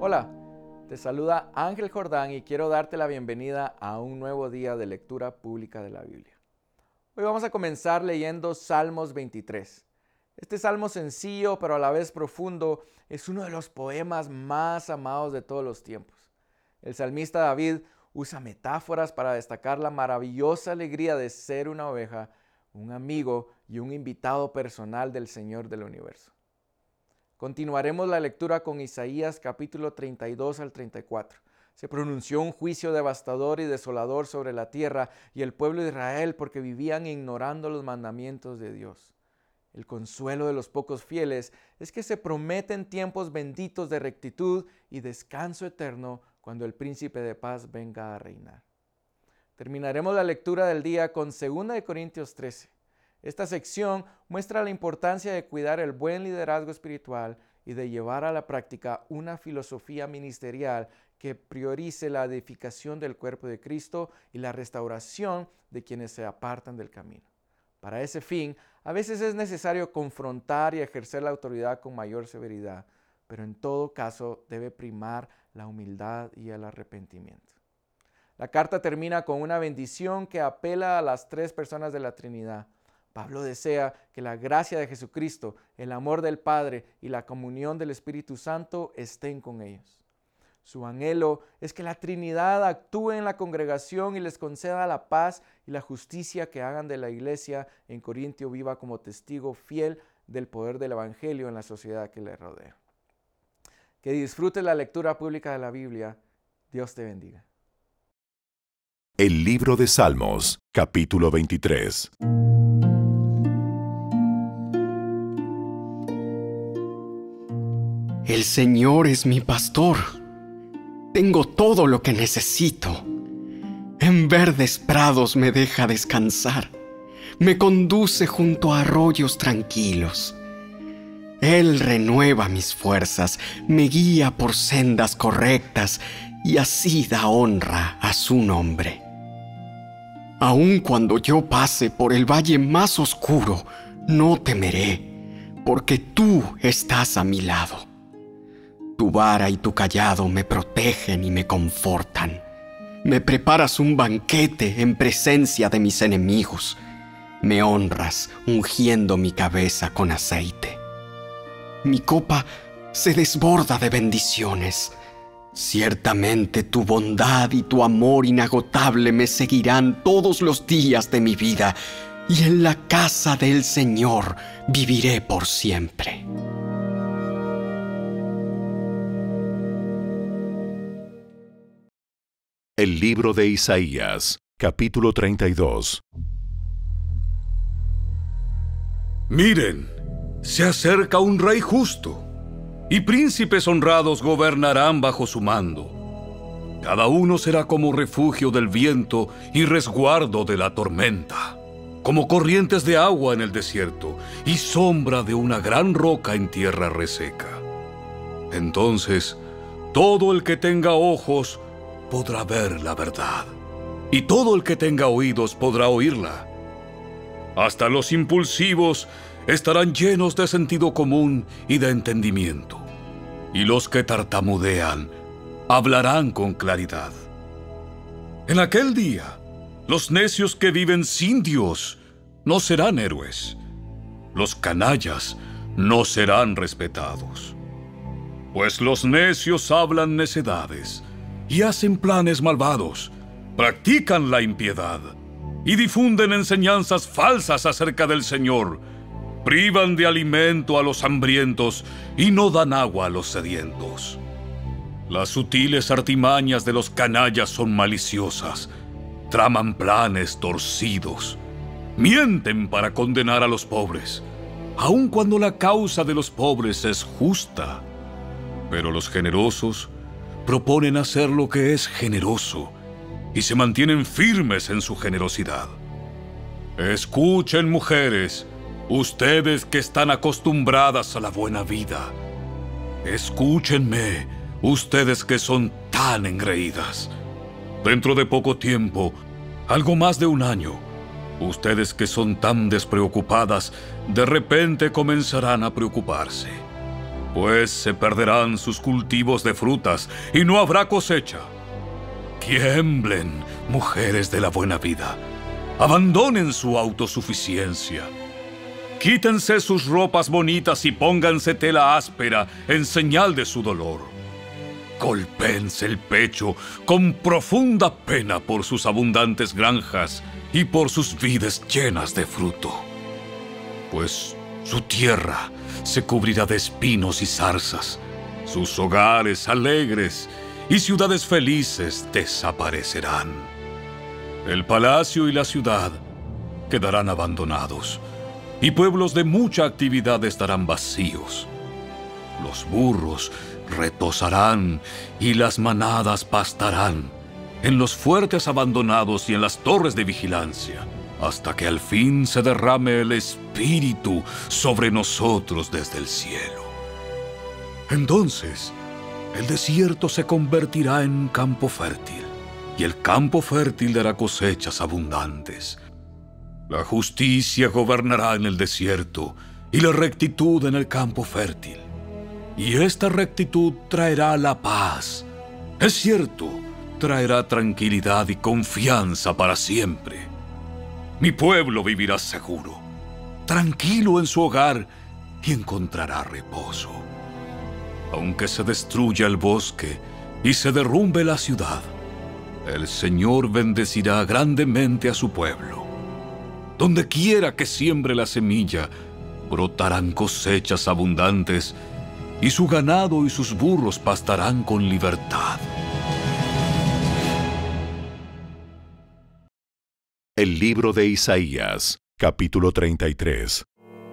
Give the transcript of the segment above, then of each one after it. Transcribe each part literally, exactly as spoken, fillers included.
Hola, te saluda Ángel Jordán y quiero darte la bienvenida a un nuevo día de lectura pública de la Biblia. Hoy vamos a comenzar leyendo Salmos veintitrés. Este salmo sencillo pero a la vez profundo es uno de los poemas más amados de todos los tiempos. El salmista David usa metáforas para destacar la maravillosa alegría de ser una oveja, un amigo y un invitado personal del Señor del universo. Continuaremos la lectura con Isaías capítulo treinta y dos al treinta y cuatro. Se pronunció un juicio devastador y desolador sobre la tierra y el pueblo de Israel porque vivían ignorando los mandamientos de Dios. El consuelo de los pocos fieles es que se prometen tiempos benditos de rectitud y descanso eterno cuando el príncipe de paz venga a reinar. Terminaremos la lectura del día con segunda de Corintios trece. Esta sección muestra la importancia de cuidar el buen liderazgo espiritual y de llevar a la práctica una filosofía ministerial que priorice la edificación del cuerpo de Cristo y la restauración de quienes se apartan del camino. Para ese fin, a veces es necesario confrontar y ejercer la autoridad con mayor severidad, pero en todo caso debe primar la humildad y el arrepentimiento. La carta termina con una bendición que apela a las tres personas de la Trinidad. Pablo desea que la gracia de Jesucristo, el amor del Padre y la comunión del Espíritu Santo estén con ellos. Su anhelo es que la Trinidad actúe en la congregación y les conceda la paz y la justicia que hagan de la iglesia en Corintio viva como testigo fiel del poder del Evangelio en la sociedad que le rodea. Que disfrutes la lectura pública de la Biblia. Dios te bendiga. El libro de Salmos, capítulo veintitrés. El Señor es mi pastor. Tengo todo lo que necesito. En verdes prados me deja descansar. Me conduce junto a arroyos tranquilos. Él renueva mis fuerzas, me guía por sendas correctas y así da honra a su nombre. Aun cuando yo pase por el valle más oscuro, no temeré, porque tú estás a mi lado. Tu vara y tu cayado me protegen y me confortan. Me preparas un banquete en presencia de mis enemigos. Me honras ungiendo mi cabeza con aceite. Mi copa se desborda de bendiciones. Ciertamente tu bondad y tu amor inagotable me seguirán todos los días de mi vida, y en la casa del Señor viviré por siempre. El libro de Isaías, capítulo treinta y dos. Miren, se acerca un rey justo, y príncipes honrados gobernarán bajo su mando. Cada uno será como refugio del viento y resguardo de la tormenta, como corrientes de agua en el desierto y sombra de una gran roca en tierra reseca. Entonces, todo el que tenga ojos podrá ver la verdad, y todo el que tenga oídos podrá oírla. Hasta los impulsivos estarán llenos de sentido común y de entendimiento, y los que tartamudean hablarán con claridad. En aquel día, los necios que viven sin Dios no serán héroes. Los canallas no serán respetados. Pues los necios hablan necedades y hacen planes malvados, practican la impiedad y difunden enseñanzas falsas acerca del Señor. Privan de alimento a los hambrientos y no dan agua a los sedientos. Las sutiles artimañas de los canallas son maliciosas. Traman planes torcidos. Mienten para condenar a los pobres, aun cuando la causa de los pobres es justa. Pero los generosos proponen hacer lo que es generoso y se mantienen firmes en su generosidad. Escuchen, mujeres, ustedes que están acostumbradas a la buena vida. Escúchenme, ustedes que son tan engreídas. Dentro de poco tiempo, algo más de un año, ustedes que son tan despreocupadas, de repente comenzarán a preocuparse. pues se perderán sus cultivos de frutas y no habrá cosecha. Tiemblen, mujeres de la buena vida. Abandonen su autosuficiencia. Quítense sus ropas bonitas y pónganse tela áspera en señal de su dolor. Golpéense el pecho con profunda pena por sus abundantes granjas y por sus vides llenas de fruto. Pues su tierra se cubrirá de espinos y zarzas, sus hogares alegres y ciudades felices desaparecerán. El palacio y la ciudad quedarán abandonados, y pueblos de mucha actividad estarán vacíos. Los burros retozarán y las manadas pastarán en los fuertes abandonados y en las torres de vigilancia, hasta que al fin se derrame el Espíritu sobre nosotros desde el cielo. Entonces, el desierto se convertirá en campo fértil, y el campo fértil dará cosechas abundantes. La justicia gobernará en el desierto, y la rectitud en el campo fértil. Y esta rectitud traerá la paz. Es cierto, traerá tranquilidad y confianza para siempre. Mi pueblo vivirá seguro, tranquilo en su hogar, y encontrará reposo. Aunque se destruya el bosque y se derrumbe la ciudad, el Señor bendecirá grandemente a su pueblo. Donde quiera que siembre la semilla, brotarán cosechas abundantes, y su ganado y sus burros pastarán con libertad. El libro de Isaías, capítulo treinta y tres.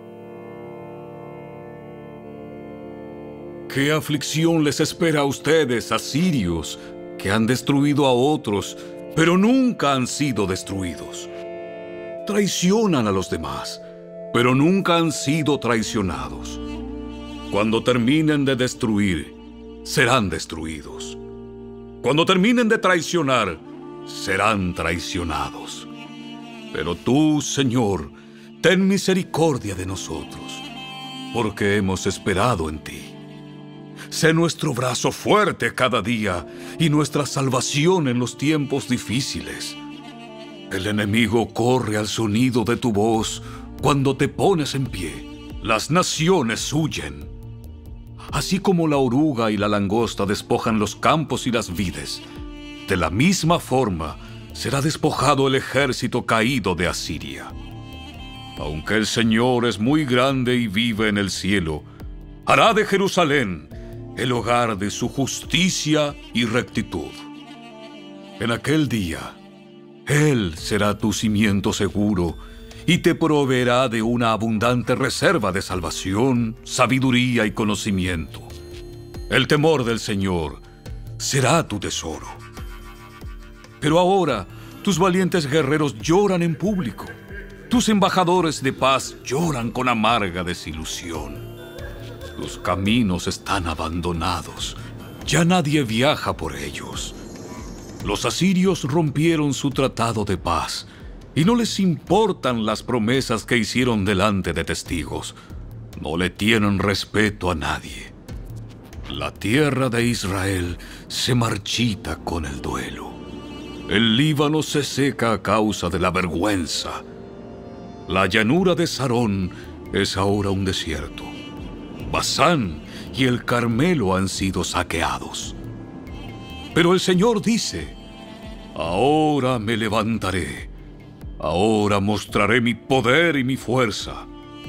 ¿Qué aflicción les espera a ustedes, asirios, que han destruido a otros, pero nunca han sido destruidos? Traicionan a los demás, pero nunca han sido traicionados. Cuando terminen de destruir, serán destruidos. Cuando terminen de traicionar, serán traicionados. Pero tú, Señor, ten misericordia de nosotros, porque hemos esperado en ti. Sé nuestro brazo fuerte cada día y nuestra salvación en los tiempos difíciles. El enemigo corre al sonido de tu voz cuando te pones en pie. Las naciones huyen. Así como la oruga y la langosta despojan los campos y las vides, de la misma forma será despojado el ejército caído de Asiria. Aunque el Señor es muy grande y vive en el cielo, hará de Jerusalén el hogar de su justicia y rectitud. En aquel día, Él será tu cimiento seguro y te proveerá de una abundante reserva de salvación, sabiduría y conocimiento. El temor del Señor será tu tesoro. Pero ahora, tus valientes guerreros lloran en público. Tus embajadores de paz lloran con amarga desilusión. Tus caminos están abandonados. Ya nadie viaja por ellos. Los asirios rompieron su tratado de paz y no les importan las promesas que hicieron delante de testigos. No le tienen respeto a nadie. La tierra de Israel se marchita con el duelo. El Líbano se seca a causa de la vergüenza. La llanura de Sarón es ahora un desierto. Basán y el Carmelo han sido saqueados. Pero el Señor dice: ahora me levantaré. Ahora mostraré mi poder y mi fuerza.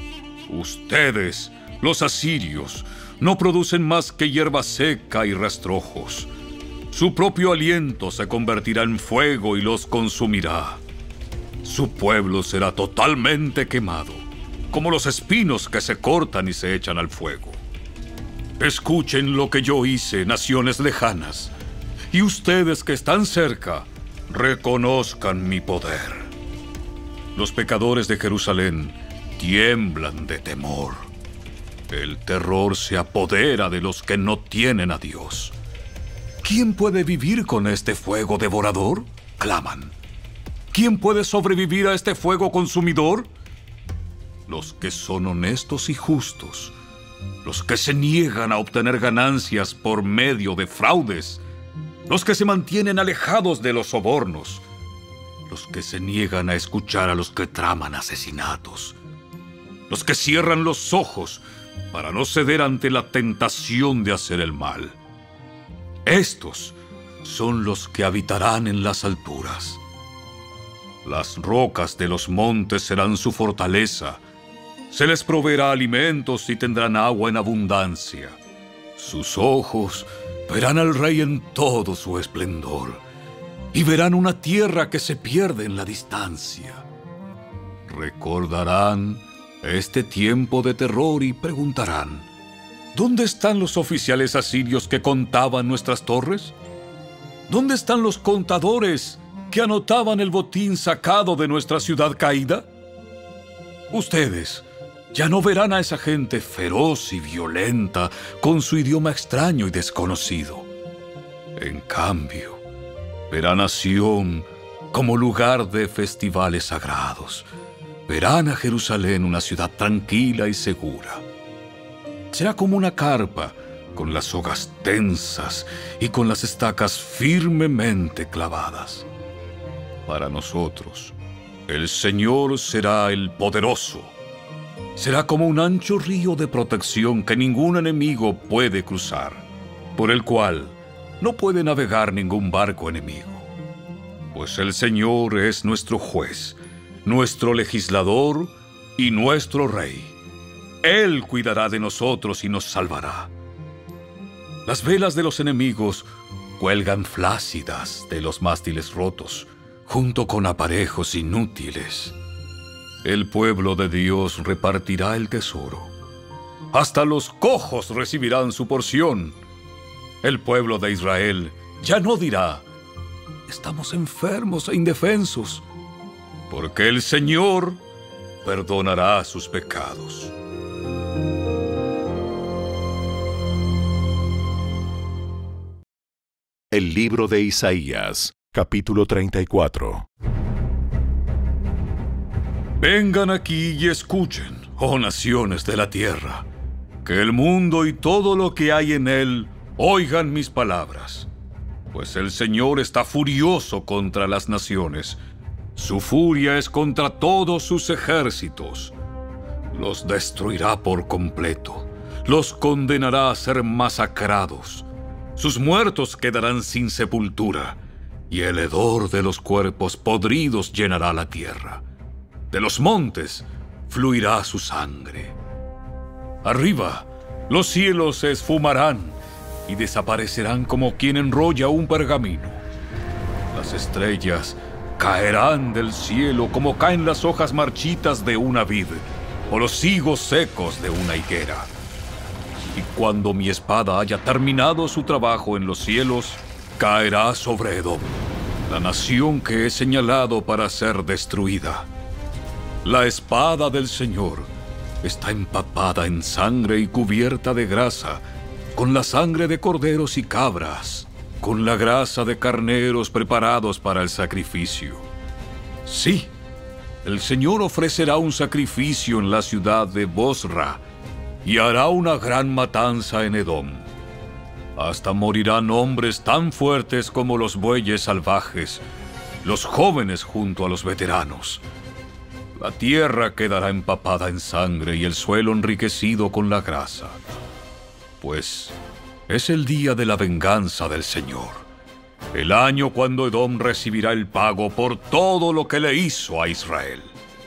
Ustedes, los asirios, no producen más que hierba seca y rastrojos. Su propio aliento se convertirá en fuego y los consumirá. Su pueblo será totalmente quemado, como los espinos que se cortan y se echan al fuego. Escuchen lo que yo hice, naciones lejanas, y ustedes que están cerca, reconozcan mi poder. Los pecadores de Jerusalén tiemblan de temor. El terror se apodera de los que no tienen a Dios. ¿Quién puede vivir con este fuego devorador?, claman. ¿Quién puede sobrevivir a este fuego consumidor? Los que son honestos y justos los que se niegan a obtener ganancias por medio de fraudes, los que se mantienen alejados de los sobornos, los que se niegan a escuchar a los que traman asesinatos, los que cierran los ojos para no ceder ante la tentación de hacer el mal. Estos son los que habitarán en las alturas. Las rocas de los montes serán su fortaleza. Se les proveerá alimentos y tendrán agua en abundancia. Sus ojos verán al Rey en todo su esplendor y verán una tierra que se pierde en la distancia. Recordarán este tiempo de terror y preguntarán: ¿dónde están los oficiales asirios que contaban nuestras torres? ¿Dónde están los contadores que anotaban el botín sacado de nuestra ciudad caída? Ustedes ya no verán a esa gente feroz y violenta con su idioma extraño y desconocido. En cambio, verán a Sión como lugar de festivales sagrados. Verán a Jerusalén una ciudad tranquila y segura. Será como una carpa con las sogas tensas y con las estacas firmemente clavadas. Para nosotros, el Señor será el poderoso. Será como un ancho río de protección que ningún enemigo puede cruzar, por el cual no puede navegar ningún barco enemigo. Pues el Señor es nuestro juez, nuestro legislador y nuestro Rey. Él cuidará de nosotros y nos salvará. Las velas de los enemigos cuelgan flácidas de los mástiles rotos, junto con aparejos inútiles. El pueblo de Dios repartirá el tesoro. Hasta los cojos recibirán su porción. El pueblo de Israel ya no dirá: estamos enfermos e indefensos, porque el Señor perdonará sus pecados. El libro de Isaías, capítulo treinta y cuatro. Vengan aquí y escuchen, oh naciones de la tierra, que el mundo y todo lo que hay en él oigan mis palabras. Pues el Señor está furioso contra las naciones. Su furia es contra todos sus ejércitos. Los destruirá por completo. Los condenará a ser masacrados. Sus muertos quedarán sin sepultura, y el hedor de los cuerpos podridos llenará la tierra. De los montes fluirá su sangre. Arriba, los cielos se esfumarán y desaparecerán como quien enrolla un pergamino. Las estrellas caerán del cielo como caen las hojas marchitas de una vid o los higos secos de una higuera. Y cuando mi espada haya terminado su trabajo en los cielos, caerá sobre Edom, la nación que he señalado para ser destruida. La espada del Señor está empapada en sangre y cubierta de grasa, con la sangre de corderos y cabras, con la grasa de carneros preparados para el sacrificio. Sí, el Señor ofrecerá un sacrificio en la ciudad de Bosra y hará una gran matanza en Edom. Hasta morirán hombres tan fuertes como los bueyes salvajes, los jóvenes junto a los veteranos. La tierra quedará empapada en sangre y el suelo enriquecido con la grasa. Pues es el día de la venganza del Señor, el año cuando Edom recibirá el pago por todo lo que le hizo a Israel.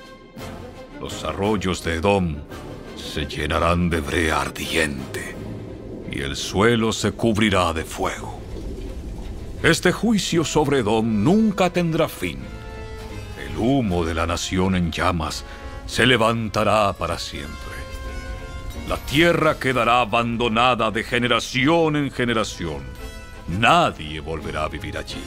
Los arroyos de Edom se llenarán de brea ardiente y el suelo se cubrirá de fuego. Este juicio sobre Edom nunca tendrá fin. El humo de la nación en llamas se levantará para siempre. La tierra quedará abandonada de generación en generación. Nadie volverá a vivir allí.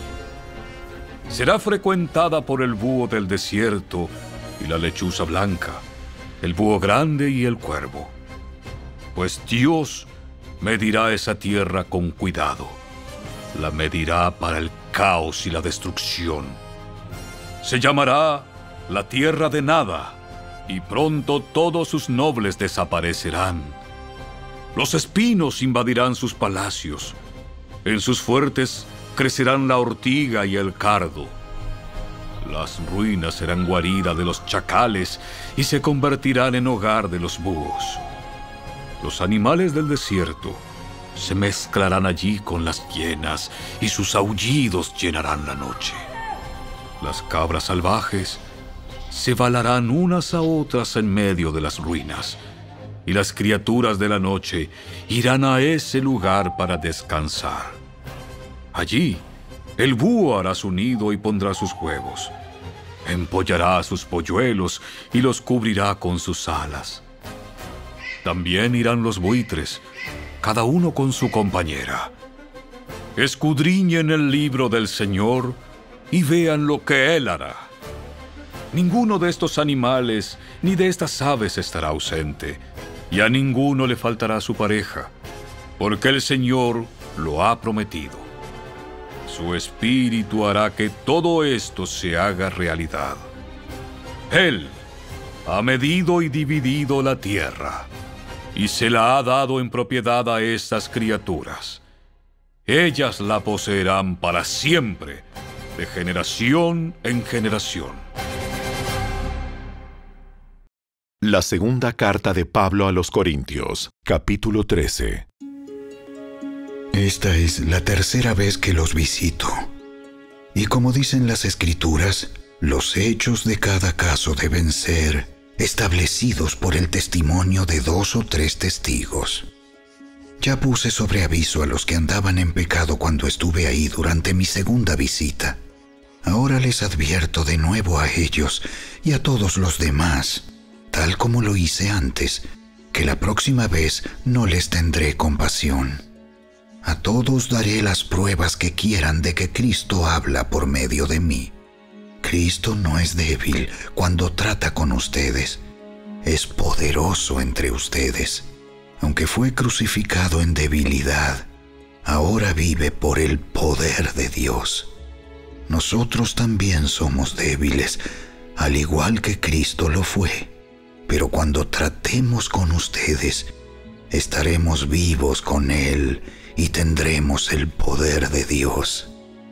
Será frecuentada por el búho del desierto y la lechuza blanca, el búho grande y el cuervo. Pues Dios medirá esa tierra con cuidado. La medirá para el caos y la destrucción. Se llamará la tierra de nada, y pronto todos sus nobles desaparecerán. Los espinos invadirán sus palacios. En sus fuertes crecerán la ortiga y el cardo. Las ruinas serán guarida de los chacales y se convertirán en hogar de los búhos. Los animales del desierto se mezclarán allí con las hienas y sus aullidos llenarán la noche. Las cabras salvajes se balarán unas a otras en medio de las ruinas, y las criaturas de la noche irán a ese lugar para descansar. Allí, el búho hará su nido y pondrá sus huevos. Empollará sus polluelos y los cubrirá con sus alas. También irán los buitres, cada uno con su compañera. Escudriñen el libro del Señor y vean lo que Él hará. Ninguno de estos animales ni de estas aves estará ausente, y a ninguno le faltará su pareja, porque el Señor lo ha prometido. Su espíritu hará que todo esto se haga realidad. Él ha medido y dividido la tierra, y se la ha dado en propiedad a estas criaturas. Ellas la poseerán para siempre, de generación en generación. La segunda carta de Pablo a los Corintios, capítulo trece. Esta es la tercera vez que los visito. Y como dicen las Escrituras, los hechos de cada caso deben ser establecidos por el testimonio de dos o tres testigos. Ya puse sobre aviso a los que andaban en pecado cuando estuve ahí durante mi segunda visita. Ahora les advierto de nuevo a ellos y a todos los demás, tal como lo hice antes, que la próxima vez no les tendré compasión. A todos daré las pruebas que quieran de que Cristo habla por medio de mí. Cristo no es débil cuando trata con ustedes. Es poderoso entre ustedes. Aunque fue crucificado en debilidad, ahora vive por el poder de Dios. Nosotros también somos débiles, al igual que Cristo lo fue. Pero cuando tratemos con ustedes, estaremos vivos con Él y tendremos el poder de Dios.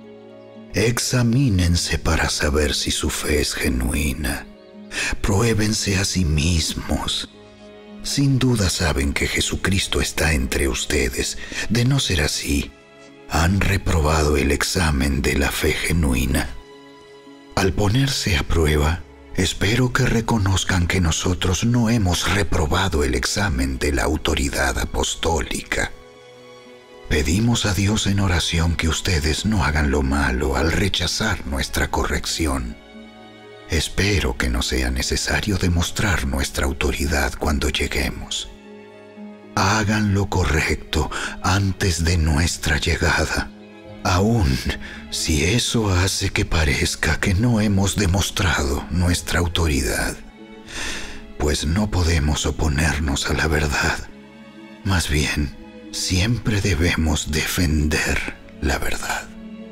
Examínense para saber si su fe es genuina. Pruébense a sí mismos. Sin duda saben que Jesucristo está entre ustedes. De no ser así, han reprobado el examen de la fe genuina. Al ponerse a prueba, espero que reconozcan que nosotros no hemos reprobado el examen de la autoridad apostólica. Pedimos a Dios en oración que ustedes no hagan lo malo al rechazar nuestra corrección. Espero que no sea necesario demostrar nuestra autoridad cuando lleguemos. Hagan lo correcto antes de nuestra llegada, aun si eso hace que parezca que no hemos demostrado nuestra autoridad, pues no podemos oponernos a la verdad. Más bien, siempre debemos defender la verdad.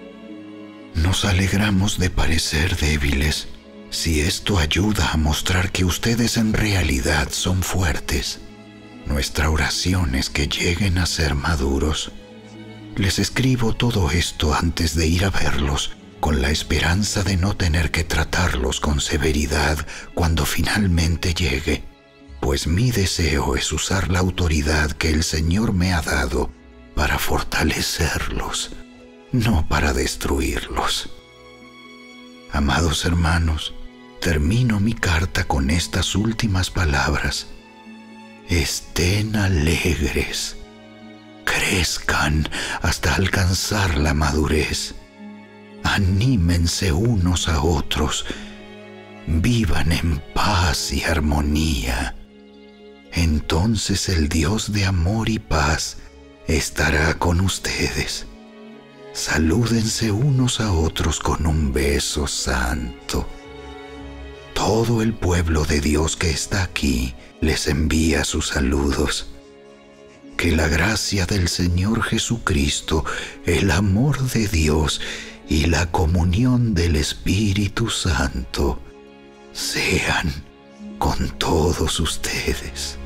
Nos alegramos de parecer débiles si esto ayuda a mostrar que ustedes en realidad son fuertes. Nuestra oración es que lleguen a ser maduros. Les escribo todo esto antes de ir a verlos, con la esperanza de no tener que tratarlos con severidad cuando finalmente llegue, pues mi deseo es usar la autoridad que el Señor me ha dado para fortalecerlos, no para destruirlos. Amados hermanos, termino mi carta con estas últimas palabras. Estén alegres, crezcan hasta alcanzar la madurez, anímense unos a otros, vivan en paz y armonía. Entonces el Dios de amor y paz estará con ustedes. Salúdense unos a otros con un beso santo. Todo el pueblo de Dios que está aquí les envía sus saludos. Que la gracia del Señor Jesucristo, el amor de Dios y la comunión del Espíritu Santo sean con todos ustedes.